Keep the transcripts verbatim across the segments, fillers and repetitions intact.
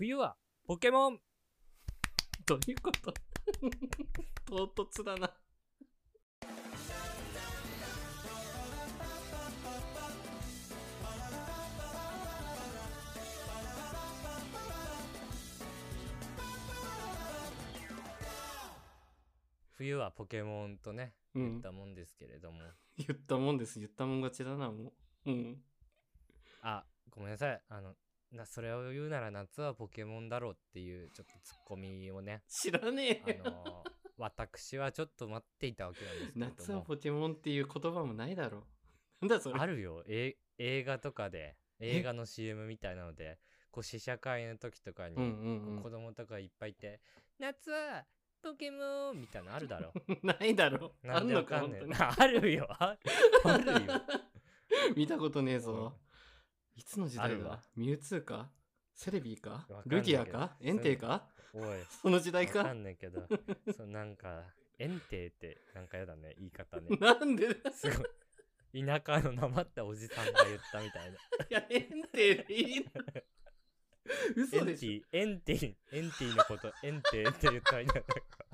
冬はポケモン。 どういうこと唐突だな。 冬はポケモンとね、 うん言ったもんですけれども、 言ったもんです。言ったもん勝ちだな、もう。うん。 あ、ごめんなさい。あの、なそれを言うなら夏はポケモンだろうっていうちょっとツッコミをね、 知らねえよ。 あの私はちょっと待っていたわけなんですけれども、 夏はポケモンっていう言葉もないだろ。なんだそれ。 あるよ。え映画とかで、映画の シーエム みたいなので、こう試写会の時とかに、 うんうんうんこう子供とかいっぱいいて、夏はポケモンみたいなのあるだろ。 ないだろ。あなんでんのか、 わかんねえ。 本当に。 あるよ。ああるよ。 見たことねえぞ。いつの時代だあるわ。 ミュウツーかセレビーかわかんねえけどルギアかエンテイかおい、 その時代わかかんねえけど、そうなんか、エンテイってなんかやだね、言い方ね。 なんでだすごい。田舎のなまったおじさんが言ったみたいな。 いや、エンテイでいいな。 エンテ嘘でしょ。 ィ、エンティ、エンティのこと、エンテイって言ったみたいな。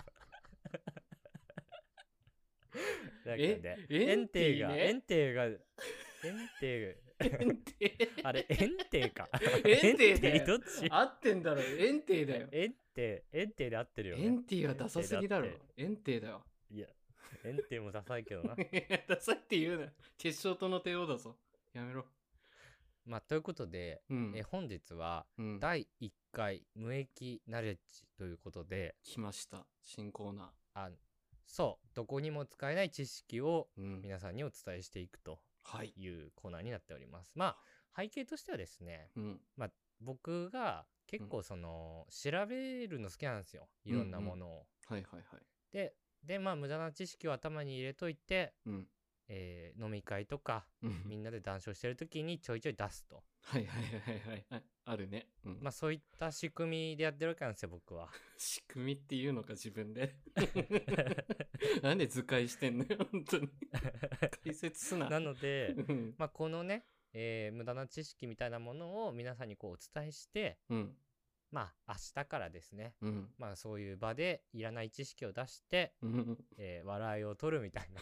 だからえね、 エエンンテイテイが、エねンテイが、エンテイエンテイあれ、エンテイか。 エンテイだよどっち合ってんだろ。エンテイだよ。 エンテイ、エンテイで合ってるよね。 エンテイはダサすぎだろエンテイで合っ。 エンテイだよ。 ていや、エンテイもダサいけどな。 ダサいって言うな。決勝との帝王だぞ。やめろ。 まあ、ということで、 うんえ本日はうん。 だいいっかい無益ナレッジということで、 来ました。新コーナあそうどこにも使えない知識をー。うん。 皆さんにお伝えしていくとはい。 いうコーナーになっております。まあ背景としてはですね、 うん。 僕が結構その、調べるの好きなんですよ、いろんなものを。 はいはいはい。 ででまあ無駄な知識を頭に入れといて、 うん。 えー飲み会とかうんみんなで談笑してる時にちょいちょい出すと。 はいはいはいはいはい。あるね。うん。 まあそういった仕組みでやってるわけなんですよ僕は。 仕組みっていうのか自分で。なんで図解してんのよ、本当に。解説すな。 なので、 うん。 まあ、このね、えー無駄な知識みたいなものを皆さんにこうお伝えして、 うん。 まあ明日からですね、 うん。 まあそういう場でいらない知識を出して、 うん。 えー笑いを取るみたいな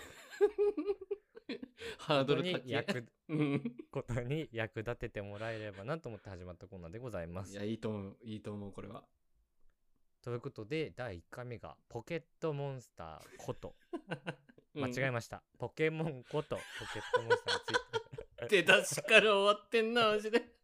ハードルこと高い。 に役うん。 ことに役立ててもらえればなと思って始まったコーナーでございます。 いや、いいと思う。いいと思う、これは。 ということでだいいっかいめがポケットモンスターこと間違えまました、ポケモンことポケットモンスターについて出だしから終わってんな、マジで。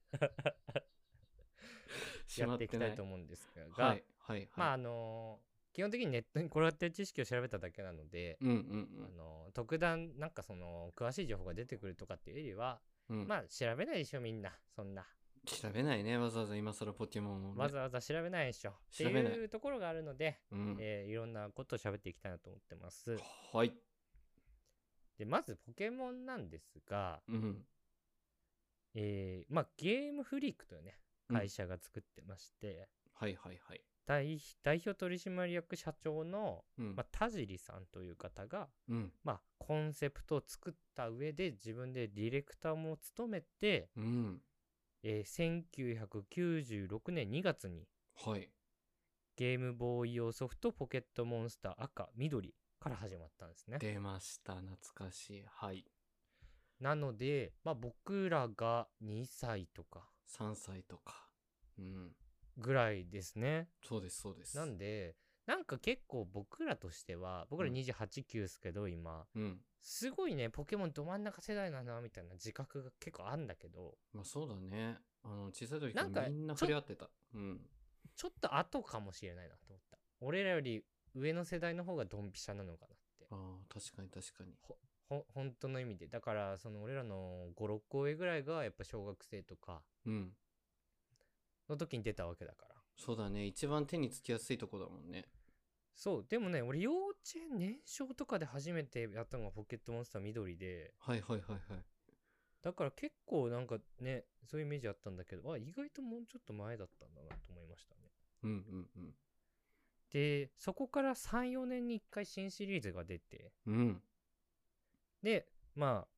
やっていきたいと思思うんですが、 はいはいはい。 まああのー基本的にネットに転がってる知識を調べただけなので、 うんうんあのー特段なんかその詳しい情報が出てくるとかっていうよりは、 うん。うん、 まあ調べないでしょみんな、そんな調べないね、わざわざ今更ポケモンを、ね。 わざわざ調べないでしょって調べないいうところがあるので、 うん。 えーいろんなことを喋っていきたいなと思ってます。 はい。 でまずポケモンなんですが、 うん。 えーまあゲームフリークというね会社が作ってまして、 はいはいはい。 代代表取締役社長の、 うん。 まあ、田尻さんという方が、 うん。 まあ、コンセプトを作った上で自分でディレクターも務めて、 うん。 えーせんきゅうひゃくきゅうじゅうろくねんにがつにはい。 ゲームボーイ用ソフトポケットモンスター赤緑から始まったんですね。 出ました。懐かしい。はい。 なので、まあ、僕らがにさいとかさんさいとか。うん。 ぐらいですね。 そうですそうです。 なんでなんか結構僕らとしては、僕らにじゅうはち、きゅうですけど今うん。 すごいねポケモンど真ん中世代だなみたいな自覚が結構あんだけど、 まあそうだね。あの、小さい時かなんからみんな触れ合ってた。うん。 ちょっと後かもしれないなと思った。俺らより上の世代の方がドンピシャなのかなってああ、確かに確かに。 ほほ本当の意味で。だからその俺らのご、ろっこ上ぐらいがやっぱ小学生とかうん。 の時に出たわけだから。 そうだね。一番手につきやすいとこだもんね。 そうでもね、俺幼稚園年少とかで初めてやったのがポケットモンスター緑で、 はいはいはいはい。 だから結構なんかねそういうイメージあったんだけど、あ意外ともうちょっと前だったんだなと思いましたね。 うんうんうん。 でそこからさん、よねんにいっかい新シリーズが出て、 うん。 でまあ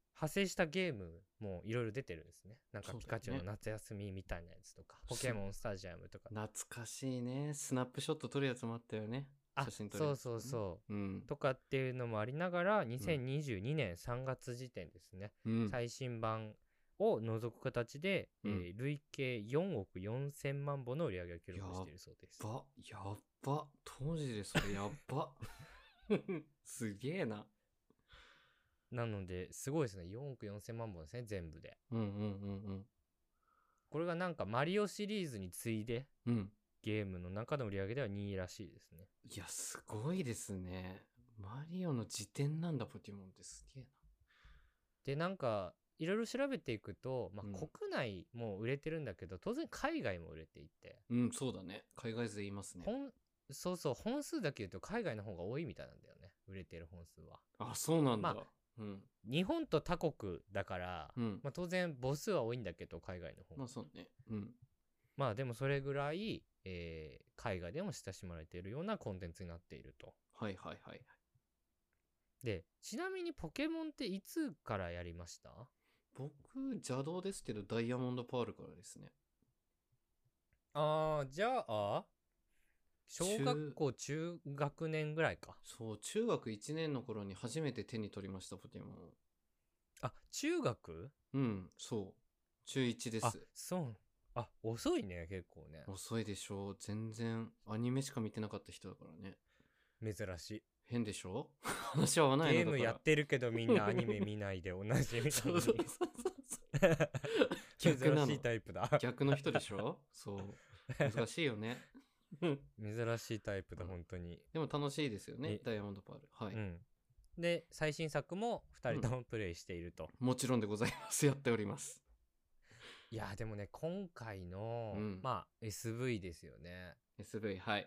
派生したゲームもいろいろ出てるんですね。なんかそうだよねピカチュウの夏休みみたいなやつとか、ポケモンスタジアムとか。 懐かしいね。スナップショット撮るやつもあったよね。 あ写真撮るそうやつとかね。 そうそううん。 とかっていうのもありながら、にせんにじゅうにねんさんがつ時点ですね、 うん。 最新版を除く形で、 うんえー累計よんおくよんせんまんぼんの売り上げを記録しているそうです。 ば、やっば。当時でそれやっば。すげえな。 なのですごいですね。よんおくよんせんまんぼんですね、全部で。 うんうんうんこれがなんかマリオシリーズに次いでうん。うん。 ゲームの中の売り上げではにいらしいですね。 いや、すごいですね。マリオの辞典なんだ、ポケモンってすげえでなんかいろいろ調べていくと、まあうん国内も売れてるんだけど、当然海外も売れていて、 な。うん、そうだね。海外勢いますね。 本そうそう本数だけ言うと海外の方が多いみたいなんだよね、売れてる本数は。 あ、そうなんだ。 まうん。 日本と他国だから、 うん。 まあ、当然母数は多いんだけど海外の方が、 まあそうね。うん。 まあでもそれぐらい、えー海外でも親しまれているようなコンテンツになっていると。 はいはいはいはい。 でちなみにポケモンっていつからやりました？ 僕、邪道ですけど、ダイヤモンドパールからですね。 あーじゃあ小学校中学年ぐらいか。 そう、中学いちねんの頃に初めて手に取りました、ポケモン。 あ中学？ うん、そう。中いちであす。 そうあ遅いね結構ね。 遅いでしょう。全然、アニメしか見てなかった人だからね。 珍しい。 変でしょ話は合わないのだから。 ゲームやってるけどみんなアニメ見ないで同じみたいそうなそうそうそう。逆なの珍しいタイプだ。 逆の人でしょそう。難しいよね。 珍しいタイプだ本当に。 でも楽しいですよねえ、 ダイヤモンドパール。はい。 うんで最新作もふたりともプレイしていると、 もちろんでございます。やっております。 いやでもね今回の、 うんまあ エスブイ ですよね。 エスブイ、はい。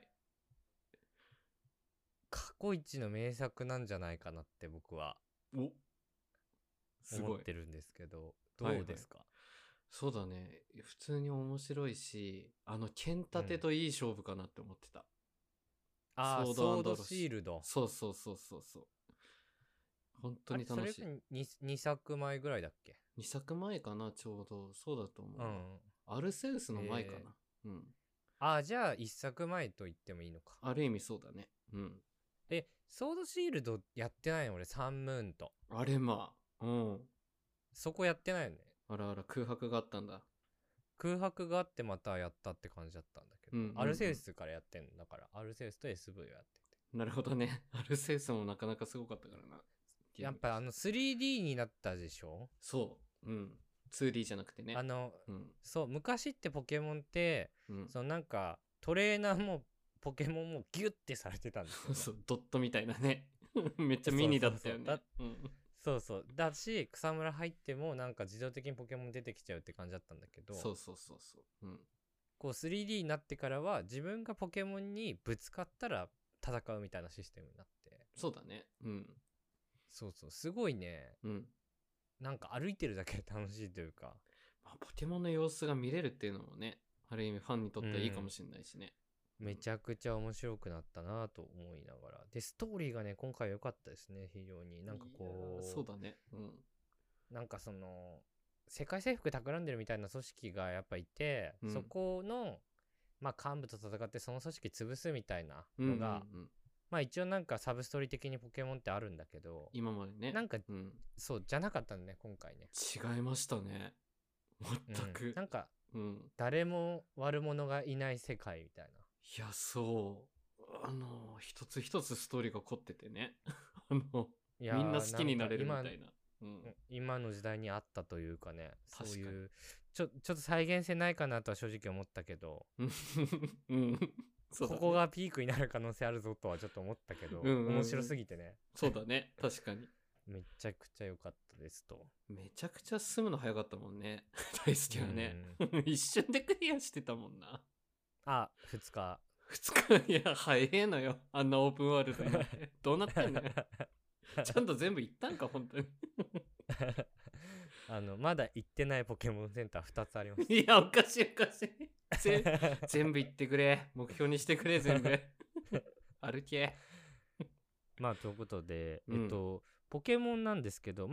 過去一の名作なんじゃないかなって僕はおすごい思っ。てるんですけど、どはいはいうですか？ そうだね。普通に面白いし、あの、剣立てといい勝負かなって思ってた。 ああソソードアンードドロシシールド。 そうそうそうそうそう。本当に楽しい。 あれそれが 2, さくまえぐらいだっけ？ にさくまえかな、ちょうど。そうだと思うわ。 うんアルセウスの前かな。うん。 ああじゃあいっさくまえと言ってもいいのか。 ある意味そうだね。うん。 えソードシールドやってないの俺サンムーンと。 あれまあ。うん。 そこやってないよね。 あらあら、空白があったんだ。 空白があってまたやったって感じだったんだけど、 うんうんうんアルセウスからやってんだからアルセウスと エスブイ をやってて、 なるほどね。アルセウスもなかなかすごかったからな。 やっぱあの スリーディー になったでしょ。 そう。うん。ツーディー じゃなくてね。 あのうん。 そう昔ってポケモンってうん。 そのなんかトレーナーもポケモンもギュッてされてたんですよ、ね、 そう、ドットみたいなね。めっちゃミニだったよね。 そうそううんそうそうだし草むら入ってもなんか自動的にポケモン出てきちゃうって感じだったんだけど、 そうそうそうそう。うん。 こう スリーディー になってからは自分がポケモンにぶつかったら戦うみたいなシステムになって、 そうだね。うん。 そうそうすごいね、 うん。 なんか歩いてるだけで楽しいというか、 まあ、ポケモンの様子が見れるっていうのもね、ある意味ファンにとってはいいかもしれないしね。 めちゃくちゃ面白くなったなと思いながら、でストーリーがね今回良かったですね非常に。なんかこいやーうそうだね。うん。 なんかその世界征服企んでるみたいな組織がやっぱいて、 うんそこのまあ幹部と戦ってその組織潰すみたいなうんうんのが、 うん。 まあ一応なんかサブストーリー的にポケモンってあるんだけど、 今までね。 なんかうん。 そうじゃなかったんね今回ね。 違いましたね。全く。 うん、なんかうん。 誰も悪者がいない世界みたいいや、そう。あの、一つ一つストーリーが凝っててね。あの、 な。いやーみんな好きになれるみたんかいな。うん今。今の時代にあったというかね、そう確かにいうちょちょっと再現性ないかなとは正直思ったけど、 うん。そうだねここがピークになる可能性あるぞとはちょっと思ったけど、 うんうんうん面白すぎてねそうだね。確かに。 めちゃくちゃ良かったですと。 めちゃくちゃ進むの早かったもんね。大好きはね。一瞬でクリアしてたもんな。 あふつか二日、いや、早えのよ。あんなオープンワールドになって。どうなってんのよ。ちゃんと全部行ったんか、本当に。 あのまだ行ってないポケモンセンターふたつあります。 いや、おかしいおかしい。ぜ全部行ってくれ。目標にしてくれ、全部。歩け。 まあということで、 うんえっとポケモンなんですけど、まあ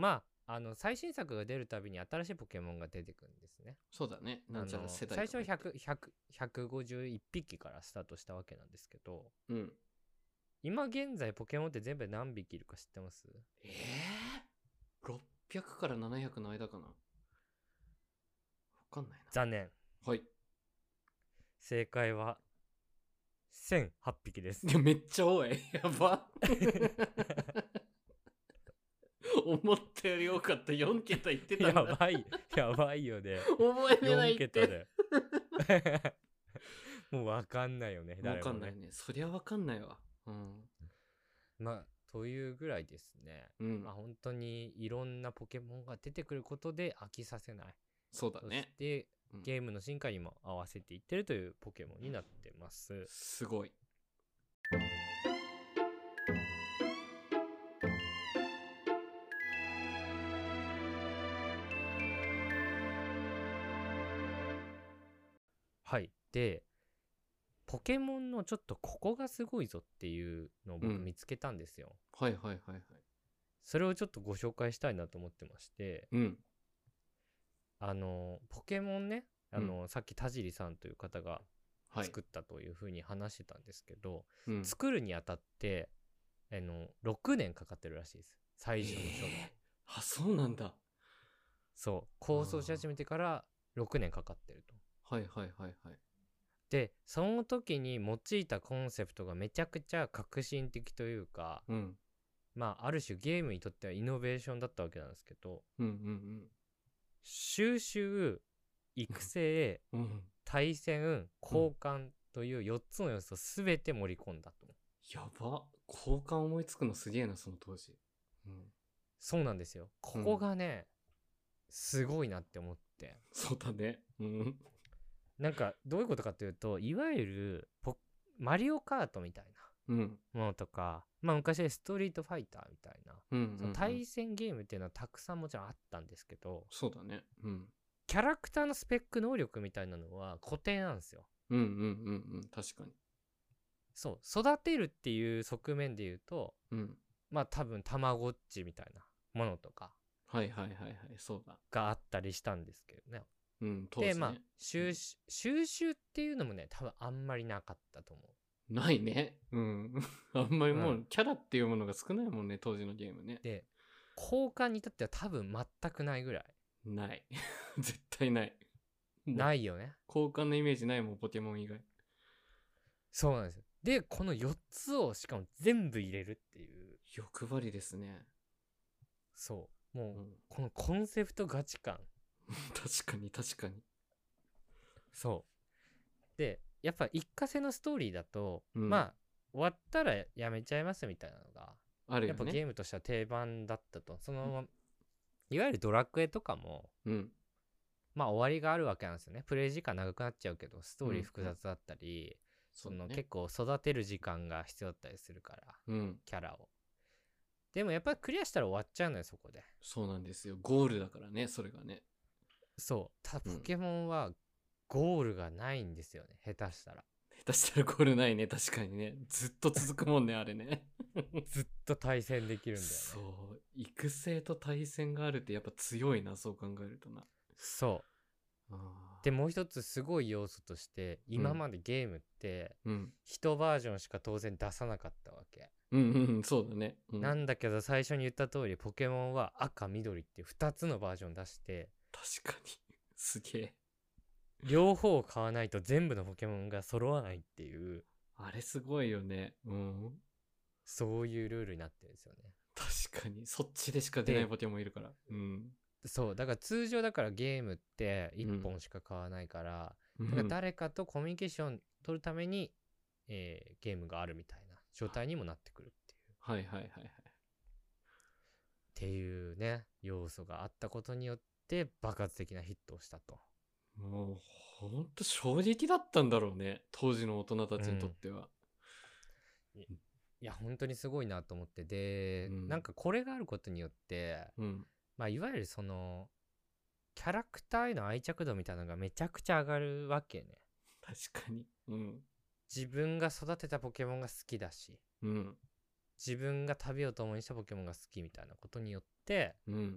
あの最新作が出るたびに新しいポケモンが出てくるんですね。 そうだね。なんちゃら世代最初はとか言ってひゃく、ひゃく、ひゃくごじゅういちぴきからスタートしたわけなんですけど、 うん。 今現在ポケモンって全部で何匹いるか知ってます？ えー、ろっぴゃくからななひゃくの間かな。わかんないな。 残念。 はい。 正解はせんはっぴきです。 いや、めっちゃ多い。やば。思ったより多かった。よんけた言ってたんだ。 やばい、やばいよね。 覚えれない 4 って。 桁で。もうわかんないよね、 わ誰もね。 かんないね。そりゃわかんないわ。うん。 まあ、というぐらいですね。 うんまあ、本当にいろんなポケモンが出てくることで飽きさせない。そそうだねし。て、 うんゲームの進化にも合わせていってるというポケモンになってます。 すごい。 はい。で、ポケモンのちょっとここがすごいぞっていうのを僕うん見つけたんですよ。 はいはいはいはい。 それをちょっとご紹介したいなと思ってまして、 うん。 あの、ポケモンね、あの、 うさっき田尻さんという方がはい。 作ったというふうに話してたんですけど、 うん。 作るにあたってあのろくねんかかってるらしいです、最初の初代。 えーあ、そうなんだ。 そう構想し始めてからろくねんかかってると。 はいはいはいはい。 でその時に用いたコンセプトがめちゃくちゃ革新的というか、 うん。 まあある種ゲームにとってはイノベーションだったわけなんですけど、 うんうん収集、育成、 うん。うん。 対戦、交換というよっつの要素を全て盛り込んだと。 やば。交換思いつくのすげえな、その当時。うん。 そうなんですよ。ここがね、すごいなって思って。 そうだね。うん。 なんかどういうことかというと、いわゆるポマリオカートみたいうん。 なものとか、まあ昔でストリートファイターみたいな、 うんうんうん。 その対戦ゲームっていうのはたくさんもちろんあったんですけど、 そうだね。うん。 キャラクターのスペック能力みたいなのは固定なんですよ。 うんうんうんうん。確かに。 そう育てるっていう側面で言うと、 うん。 まあ多分たまごっちみたいなものとかはいはいはいはい。そうだ。 があったりしたんですけどね。 うん。当時ね。 でまあ収集収集っていうのもね多分あんまりなかったと思う。 ないね。うん。あんまりもうう、キャラっていうものが少ないもんね、当時のゲームね。 で交換に至っては多分全くないぐらい。 ない。絶対ない。 ないよね。 交換のイメージないもん、ポケモン以外。 そうなんですよ。でこのよっつをしかも全部入れるっていう、 欲張りですね。 そうもう、 うん、 このコンセプトガチ感。 確かに確かに。 そうでやっぱ一過性のストーリーだと、 うん、 まあ終わったらやめちゃいますみたいなのがあるよね。 やっぱゲームとしては定番だったと。その、いわゆるドラクエとかも、 うん、 まあ終わりがあるわけなんですよね。プレイ時間長くなっちゃうけどストーリー複雑だったり、うん、その、ね、結構育てる時間が必要だったりするから、 うん、 キャラを。でもやっぱりクリアしたら終わっちゃうのよ、そこで。 そうなんですよ。ゴールだからね、それがね。 そうただポケモンはゴールがないんですよね、下手したら。 下手したらゴールないね、確かにね。ずっと続くもんね、あれね。 ずっと対戦できるんだよね。 そう育成と対戦があるってやっぱ強いな、そう考えるとな。 そうでもう一つすごい要素として、今までゲームって一バージョンしか当然出さなかったわけ。 うんうん、そうだね、 うん、なんだけど最初に言った通りポケモンは赤緑ってふたつのバージョン出して、 確かにすげえ両方買わないと全部のポケモンが揃わないっていう、 あれすごいよね。うん、 そういうルールになってるんですよね。 確かにそっちでしか出ないポケモンいるから。うん、 そうだから通常だからゲームっていっぽんしか買わないから、うん、だから誰かとコミュニケーション取るために、えー、ゲームがあるみたいな状態にもなってくるっていう。 はいはいはいはい。 っていうね要素があったことによって爆発的なヒットをしたと。 もうほんと衝撃だったんだろうね、当時の大人たちにとっては。 うん、い, いや本当にすごいなと思って。で、うん、なんかこれがあることによって、うん、まあいわゆるそのキャラクターへの愛着度みたいなのがめちゃくちゃ上がるわけね。 確かに、うん、 自分が育てたポケモンが好きだし、うん、自分が旅を共にしたポケモンが好きみたいなことによって、うん、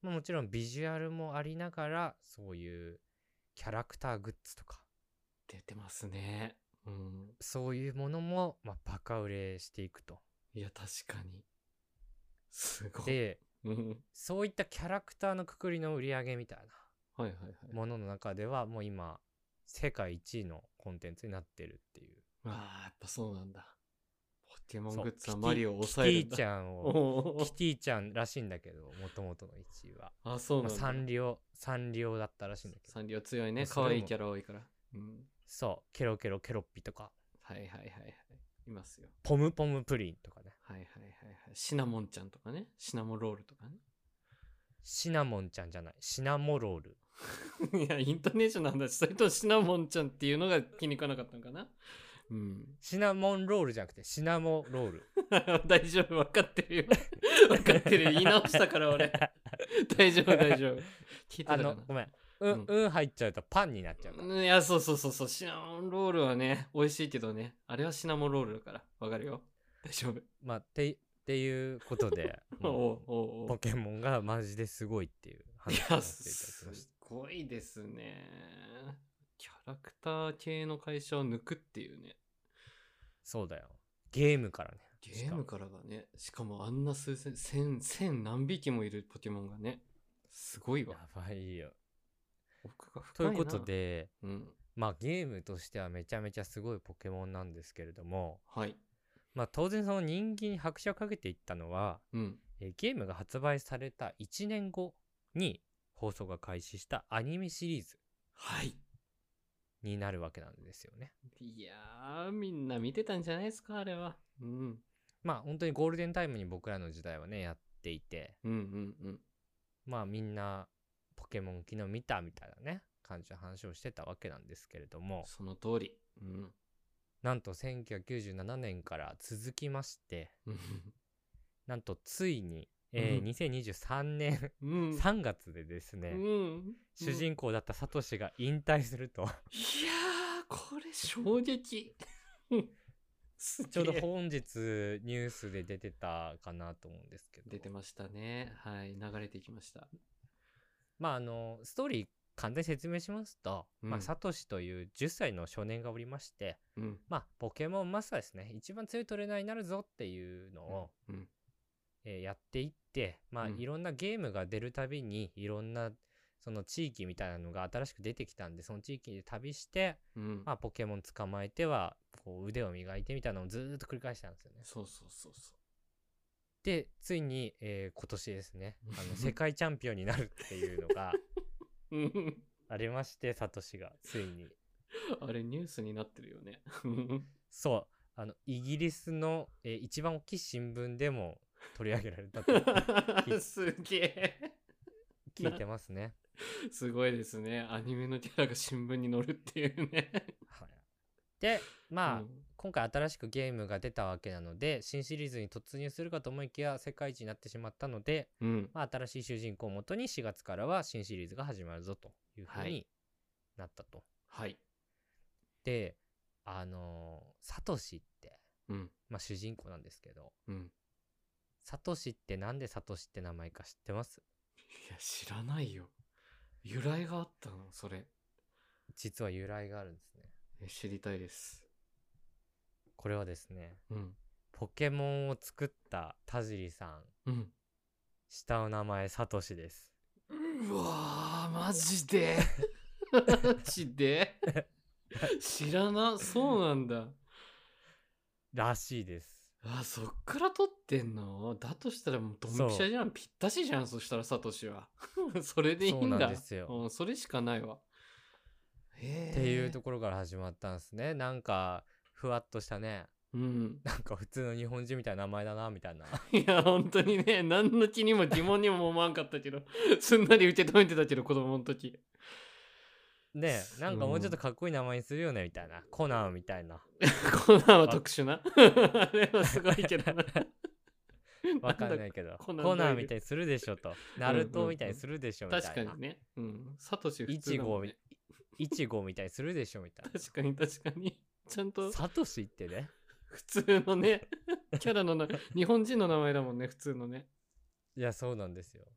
まあ、もちろんビジュアルもありながらそういうキャラクターグッズとか出てますね。うん。 そういうものも、まあ、バカ売れしていくと。 いや確かにすごい。 で、 うん、 そういったキャラクターのくくりの売り上げみたいはいはいはい。 なものの中ではもう今世界一位のコンテンツになってるっていう。 ああやっぱそうなんだ。ポケモンそうグッズはマリオを抑えるんだ。 キティちゃんをキティちゃんらしいんだけど、もともとのいちいはあそうなんだ、 まあ、サンリオサンリオだったらしいんだけど、 サンリオ強いね。 それも可愛いキャラ多いから。うん。 そうケロケロケロッピとかはいはいはいはい。いますよ。 ポムポムプリンとかね。 はいはいはいはい。シナモンちゃんとかね。シナモロールとかね。 シナモンちゃんじゃないシナモロール。 いやイントネーションなんだし、それとシナモンちゃんっていうのが気に食わなかったのかな。うん。 シナモンロールじゃなくてシナモロール。 大丈夫分かってるよ。分かってる。言い直したから俺。大丈夫大丈夫。聞いてたかな。 あのごめんうん、うん、入っちゃうとパンになっちゃうから。 いやそうそうそうそう。シナモンロールはね美味しいけどね、あれはシナモンロールだから分かるよ。大丈夫。 まあてっていうことでおうおうおうポケモンがマジですごいっていういや話をさせていただきすました。 ごいですね。キャラクター系の会社を抜くっていうね。 そうだよゲームからね。 ゲームからがね、しかもあんな数千千千何匹もいるポケモンがね、すごいわ。 やばいよ。 奥が深いな。 ということで、 うん、 まあゲームとしてはめちゃめちゃすごいポケモンなんですけれども、 はい。 まあ当然その人気に拍車をかけていったのは、 うん、 えーゲームが発売されたいちねんごに放送が開始したアニメシリーズはいになるわけなんですよね。 いやーみんな見てたんじゃないですかあれは。うん、 まあ本当にゴールデンタイムに僕らの時代はねやっていて、 うんうんうん。 まあみんなポケモン昨日見たみたいなね感じの話をしてたわけなんですけれども、 その通り。うん。 なんとせんきゅうひゃくきゅうじゅうななねんから続きまして、 うんなんとついに、えーうん、 にせんにじゅうさんねんうんさんがつでですね、 うん主人公だったサトシが引退するといやーこれ衝撃ちょうど本日ニュースで出てたかなと思うんですけど、 出てましたね。はい、流れていきました。 まああのストーリー簡単に説明しますと、 うん、 まあ、サトシというじゅっさいの少年がおりまして、 うん、 まあポケモンマスターですね、一番強いトレーナーになるぞっていうのを、 うんうんえーやっていって、まあ、 うんいろんなゲームが出るたびにいろんなその地域みたいなのが新しく出てきたんで、その地域で旅して、 うんまあ、ポケモン捕まえてはこう腕を磨いてみたいなのをずーっと繰り返したんですよね。 そうそうそうそでついに、えー今年ですねあの世界チャンピオンになるっていうのがううんありまして、サトシがついにあれニュースになってるよねそうあのイギリスの、えー一番大きい新聞でも取り上げられたとすげえ聞いてますね。 すごいですね。アニメのキャラが新聞に載るっていうねはい、でまあ、 うん今回新しくゲームが出たわけなので新シリーズに突入するかと思いきや世界一になってしまったので、 うんまあ、新しい主人公をもとにしがつからは新シリーズが始まるぞというふうになったと。 はいであのーサトシって、 うんまあ、主人公なんですけど、 うんサトシってなんでサトシって名前か知ってます？ いや知らないよ。由来があったのそれ。 実は由来があるんですね。 え知りたいです。 これはですね、 うんポケモンを作った田尻さん、 うん下の名前サトシです。 うわーマジでマジで知らな。そうなんだ。 らしいです。 あそっから撮ってんのだとしたらもうドンピシャじゃん。ぴったしじゃん。そしたらサトシはそれでいいんだ。 そうなんですよ、 うん、それしかないわ。へっていうところから始まったんですね。なんかふわっとしたね、 うんなんか普通の日本人みたいな名前だなみたいないや本当にね何の気にも疑問にも思わんかったけどすんなり受け止めてたけど子供の時ねえなんかもうちょっとかっこいい名前にするよねみたいな、コナンみたいなコナンは特殊なあれはすごいけどなわかんないけどコナンコナンみたいにするでしょと、ナルトみたいにするでしょみたいな、 確かにねうんサトシ普イチゴみ通だもんねイチゴみたいにするでしょみたい確かに確かにちゃんとな。サトシってね普通のねキャラのな日本人の名前だもんね普通のね。 いやそうなんですよ。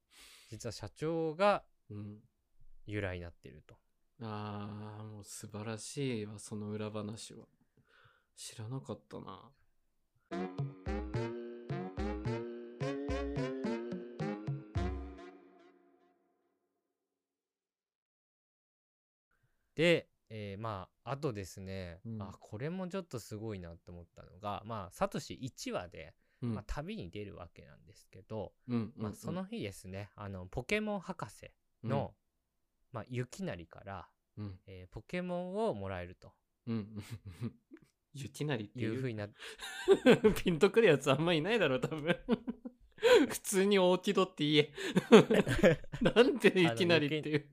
実は社長がうん由来になっていると。 ああ、もう素晴らしいわ、その裏話は。知らなかったな。 で、えー、まああとですね、 うん、 あこれもちょっとすごいなと思ったのが、まあサトシいちわで、うんまあ、旅に出るわけなんですけど、うんまあ、その日ですね、あのポケモン博士の、うんまあ、雪成から、うんえー、ポケモンをもらえると。うん雪成っていうふうになってピンとくるやつあんまいないだろう多分普通に大木戸って言えなんで雪成っていう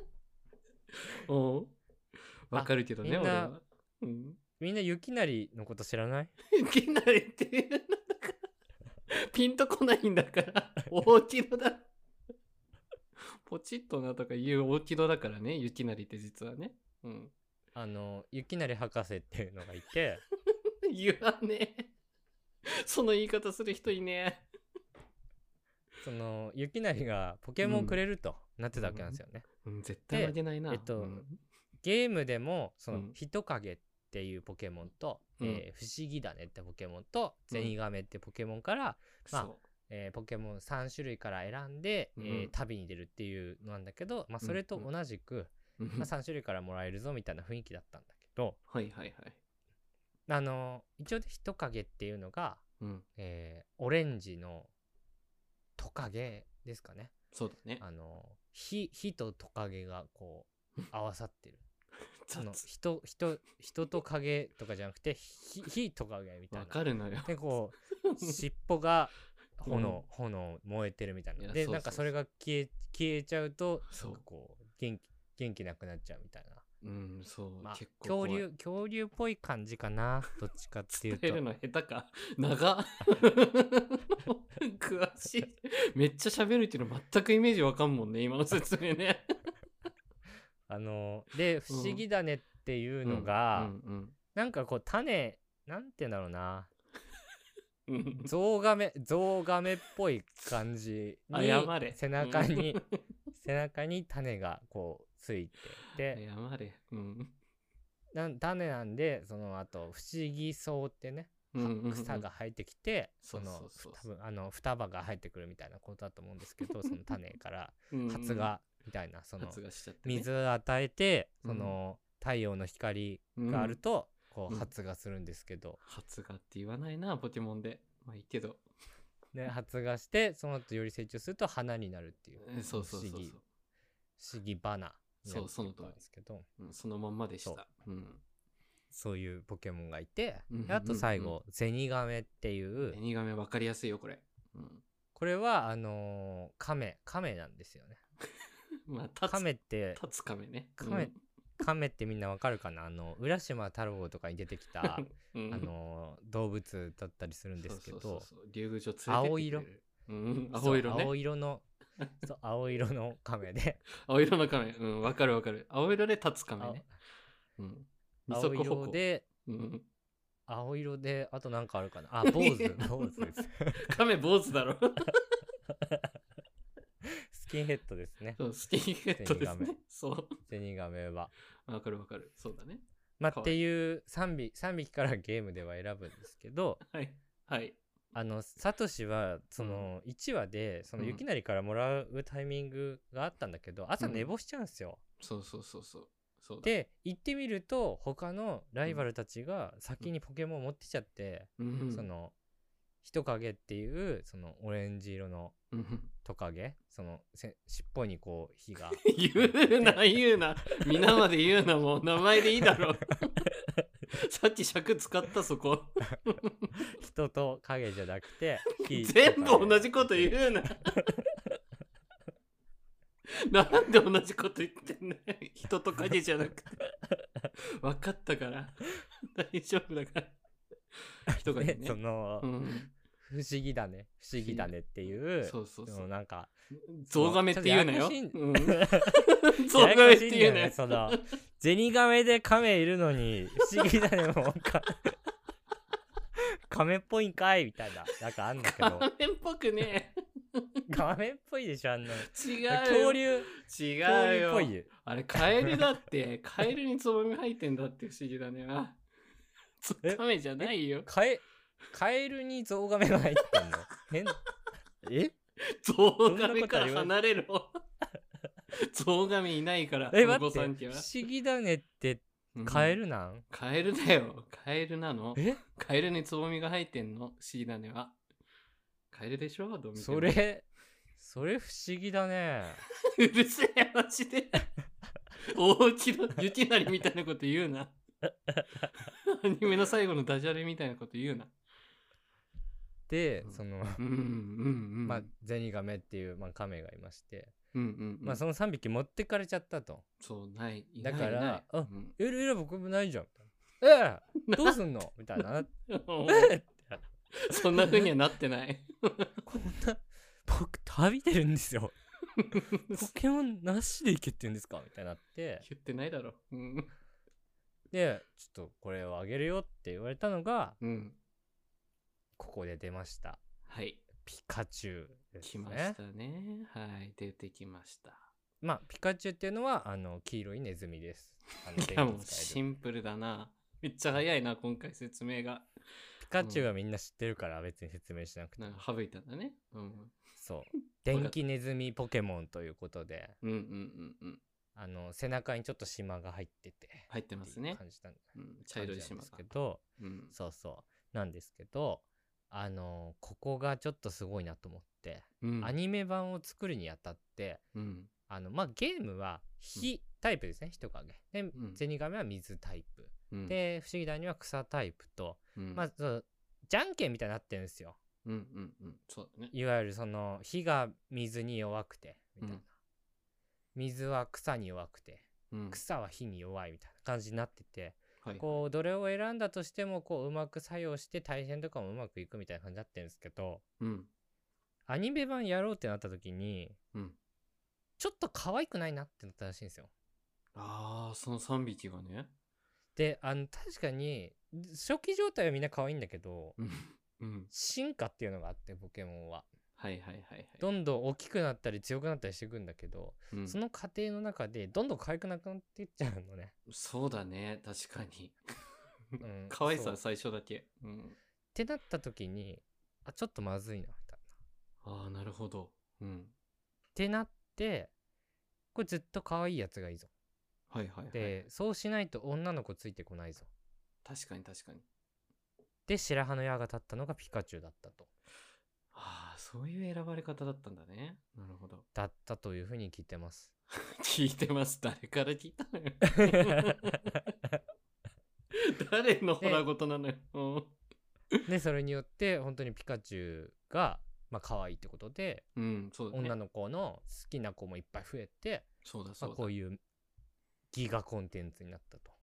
おわかるけどねみんな、 俺は、うん、 みんな雪成のこと知らない？ 雪成っていうのだからピンとこないんだから大木戸だポチッとなとか言う大木戸だからね、雪成って実はね、うん、 あの雪成博士っていうのがいて言わねえその言い方する人いねえその雪成がポケモンくれるとなってたわけなんですよね、 うんうん、絶対あげないな。 えっと、うん、ゲームでもその人影っていうポケモンと、うんえー、不思議だねってポケモンとゼニガメってポケモンから、うん、まあえー、ポケモンさん種類から選んで、うんえー、旅に出るっていうのなんだけど、まあ、それと同じく、うんまあ、さん種類からもらえるぞみたいな雰囲気だったんだけど、 はいはいはい、 あの一応人影っていうのが、うんえー、オレンジのトカゲですかね。 そうだね。 あの火火とトカゲがこう合わさってるその人人人と影とかじゃなくて火火トカゲみたいな。 わかるのよ。 でこう尻尾が炎、うん、炎燃えてるみたいな。でそうそうそうなんかそれが消え消えちゃうとなんかこう元気元気なくなっちゃうみたいな。 うんそう、まあ、結構恐竜恐竜っぽい感じかなどっちかっていうと。 伝えるの下手か長っ詳しい。めっちゃ喋るっていうの全くイメージわかんもんね今の説明ねあので不思議だねっていうのが、うんうんうん、なんかこう種なんて言うんだろうなゾウガメゾウガメっぽい感じに背中に背中に種がこうついてて謝れ、うん、 な種なんでその後不思議草ってね、うんうんうん、草が生えてきてその多分あの双葉が生えてくるみたいなことだと思うんですけどその種から発芽みたいなその水を与えてその太陽の光があるとこう発芽するんですけど、うん、 発芽って言わないなポケモンでまあいいけどね発芽してその後より成長すると花になるっていう、 えー、そうそうそうそう不思議花そうその通りですけど、うん、そのまんまでした。 そう,、うん、そういうポケモンがいて、うんうんうんうん、あと最後ゼニガメっていうゼニガメ分かりやすいよこれ、うん、 これはあのー、カメカメなんですよねまあカメって立つカメねカメ、うん、カメってみんなわかるかなあの浦島太郎とかに出てきた、うん、あのー、動物だったりするんですけどそうそうそう竜宮城連れてってくれる青色、 うん、青色ね青色のそう青色のカメで青色のカメうんわかるわかる青色で立つカメね、 うん、青色で、うん、青色であとなんかあるかなあ坊主坊主ですカメ坊主だろスキンヘッドですねそうスキンヘッドですねそうゼニガメはわかるわかるそうだねまあっていうさんびきさんびきからゲームでは選ぶんですけどはいはいあのサトシはそのいちわでその雪成からもらうタイミングがあったんだけど朝寝坊しちゃうんですよ、 うん、そうそうそうそうそうだで行ってみると他のライバルたちが先にポケモンを持ってきちゃって、うん、その人影っていうそのオレンジ色のトカゲその尻尾にこう火が言うな言うな皆まで言うなもう名前でいいだろさっき尺使ったそこ人と影じゃなくて全部同じこと言うななんで同じこと言ってんの人と影じゃなくて分かったから大丈夫だから人がねその、うん、不思議だね不思議だねっていうそうそうそうなんかゾウガメって言うなよゾウガメって言うなよそのゼニガメでカメいるのに不思議だねもうカメっぽいんかいみたいななんかあんだけどカメっぽくね仮面っぽいでしょ、あんなの。 違うよ。 恐竜。 違う恐よ。 竜っぽいよ。 あれ、カエルだって。カエルにつぼみ入ってんだって不思議だね。あ、カメじゃないよ。 カエ、カエルにゾウガメが入ってんの変。えゾウガメから離れろ。ゾウガメいないから。 え、待って。不思議だねって、カエルなん、うん、 カエルだよ。カエルなの。 えカエルにつぼみが入ってんの。不思議だねは。カエルでしょ、どう見ても。 それ、それ不思議だね。 うるせえ、マジで。大きな雪なりみたいなこと言うな。アニメの最後のダジャレみたいなこと言うな。 で、その、 うんうんうん、 まあ、ゼニガメっていう、まあ、カメがいまして、 うんうんうん、 まあ、そのさんびき持ってかれちゃったと。 そう、ない。いだから、 ないないあ、 うん、 えらえら僕もないじゃん。ええどうすんのみたいな。えそんな風にはなってない。 こんな、僕食べてるんですよ。ポケモンなしでいけって言うんですかみたいになって。 言ってないだろ。うん、 で、ちょっとこれをあげるよって言われたのが、 うん、 ここで出ました。 はい。 ピカチュウですね。 来ましたね。はい。出てきました。 まあ、ピカチュウっていうのは、あの、黄色いネズミです。あのいやもうシンプルだな。めっちゃ早いな、今回説明が。 ピカチュウはみんな知ってるから別に説明しなくて。 なんか省いたんだね。うん。 そう。電気ネズミポケモンということで。 うんうんうんうん。 あの、背中にちょっと島が入ってて。 入ってますね。 感じたんだ。 うん、茶色い島が。 ですけど、うん、そうそう。なんですけど、あの、ここがちょっとすごいなと思って、うん、アニメ版を作るにあたって、うん、あの、まあ、ゲームは火タイプですね、人影。で、うん、ゼニガメは水タイプ。うん、で、不思議谷には草タイプと、うん、まあ、じゃんけんみたいになってるんですよ。 うんうんうん。そうだね。 いわゆるその、火が水に弱くて、みたいな。うん、水は草に弱くて、うん、草は火に弱いみたいな感じになってて、はい、こうどれを選んだとしてもこううまく作用して対戦とかもうまくいくみたいな感じになってるんですけど、うん、アニメ版やろうってなった時に、うん、ちょっと可愛くないなってなったらしいんですよ。 ああ、そのさんびきがね。 で、あの確かに初期状態はみんな可愛いんだけど、うん、進化っていうのがあってポケモンは。 はいはいはいはい、 どんどん大きくなったり強くなったりしていくんだけど、うん、その過程の中でどんどん可愛くなくなっていっちゃうのね。 そうだね、確かに、うん、可愛さは最初だけ、うん、 ってなった時にあちょっとまずいなみたいな。ああ、なるほど、うん、 ってなってこれずっと可愛いやつがいいぞ。 はいはいはい。 でそうしないと女の子ついてこないぞ。 確かに確かに。 で白羽の矢が立ったのがピカチュウだったと。 ああ、そういう選ばれ方だったんだね。なるほど。 だったというふうに聞いてます。 聞いてます。誰から聞いたのよ。誰のホラ事なのよ。 で、それによって本当にピカチュウがまあ可愛いってことで、 うんそうだね、 女の子の好きな子もいっぱい増えて、 そうだそうだ、まあ、 こういうギガコンテンツになったと。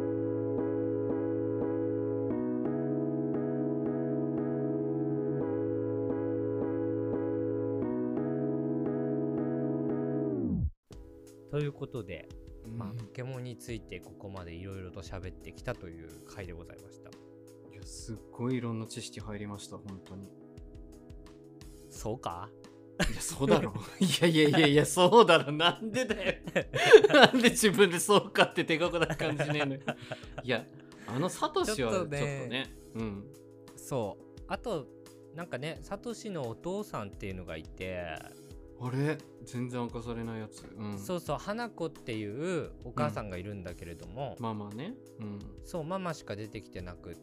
ということで、うん、まあ、ポケモンについてここまでいろいろと喋ってきたという回でございました。 いや、すっごいいろんな知識入りました、本当に。 そうか？ いや、そうだろ。いやいやいやいや、そうだろ。なんでだよ。なんで自分でそうかって手がこな感じねえのよ。いや、あのサトシはちょっとね、ちょっとね、うん。 そう。あと、なんかね、サトシのお父さんっていうのがいて、 あれ全然明かされないやつ、うん、 そうそう、花子っていうお母さんがいるんだけれども、 うん、ママね、うん、 そうママしか出てきてなくって、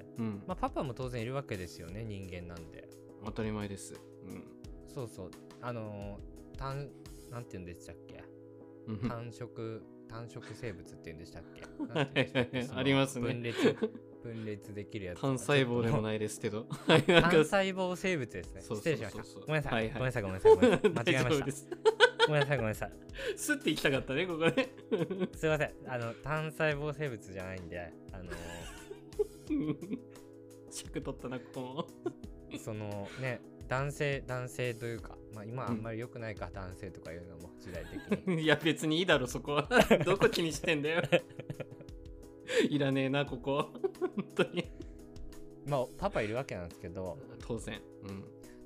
うん、まあパパも当然いるわけですよね、人間なんで。 当たり前です、うん、 そうそう、あのー、単なんて言うんでしたっけ、単色単色生物って言うんでしたっけありますね、 分裂分裂できるやつ。 単細胞でもないですけど単細胞生物ですね。失礼しました。ごめんなさい、はいはい、ごめんなさいごめんなさいごめんなさい間違えましたごめんなさいごめんなさいスッて行きたかったねここねすいません、あの単細胞生物じゃないんで、あのー、尺取ったなここもそのね、男性男性というか、まあ今あんまり良くないか、うん、男性とかいうのも時代的にいや別にいいだろそこはどこ気にしてんだよいらねえなここ本当に。 まあパパいるわけなんですけど、 当然、うん、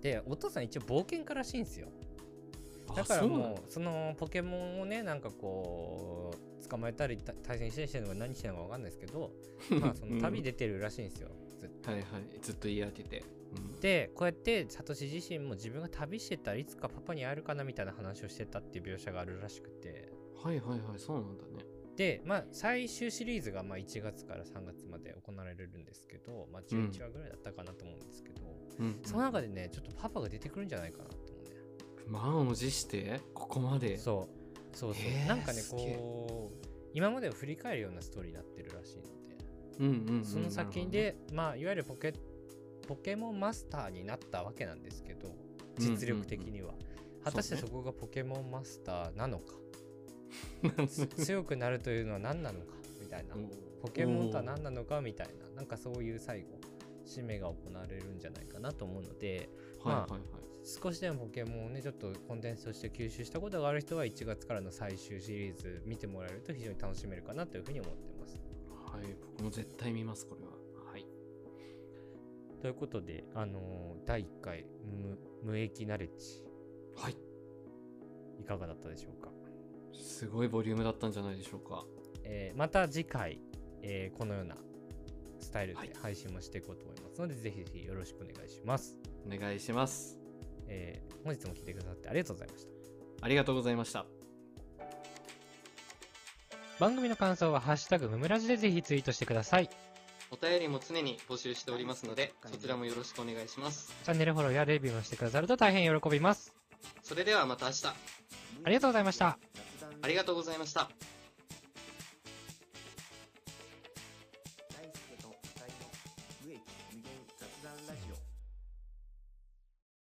でお父さん一応冒険家らしいんですよ。だからもうそのポケモンをねなんかこう捕まえたり対戦したりしてるのか何してるのか分かんないですけどまあその旅出てるらしいんですよ、 うん、ずっとはいはいずっと言い当てて、 うん、でこうやってサトシ自身も自分が旅してたらいつかパパに会えるかなみたいな話をしてたっていう描写があるらしくて、 はいはいはいそうなんだね。 でまあ最終シリーズがまあいちがつからさんがつまで行われるんですけど、まあ、じゅういちわぐらいだったかなと思うんですけど、うん、その中でねちょっとパパが出てくるんじゃないかなと思うね。 満を持してここまでそうそうそうなんかねこう今までを振り返るようなストーリーになってるらしいので、うんうんうん、その先で、まあいわゆるポケポケモンマスターになったわけなんですけど実力的には、うんうんうん、果たしてそこがポケモンマスターなのか強くなるというのは何なのかみたいなポケモンとは何なのかみたいななんかそういう最後締めが行われるんじゃないかなと思うので、はいはいはい、まあ少しでもポケモンをねちょっとコンテンツとして吸収したことがある人はいちがつからの最終シリーズ見てもらえると非常に楽しめるかなというふうに思ってます。 はい、僕も絶対見ますこれは。はい。 ということで、あのー、だいいっかい 無, 無益ナレッジ、 はい、 いかがだったでしょうか。 すごいボリュームだったんじゃないでしょうか。 えー、また次回、えー、このようなスタイルで配信もしていこうと思いますので、はい、ぜひぜひよろしくお願いします。 お願いします。 えー、本日も聞いてくださってありがとうございました。 ありがとうございました。 番組の感想はハッシュタグムムラジでぜひツイートしてください。 お便りも常に募集しておりますのでそちらもよろしくお願いします。 チャンネルフォローやレビューもしてくださると大変喜びます。 それではまた明日。 ありがとうございました。 ありがとうございました。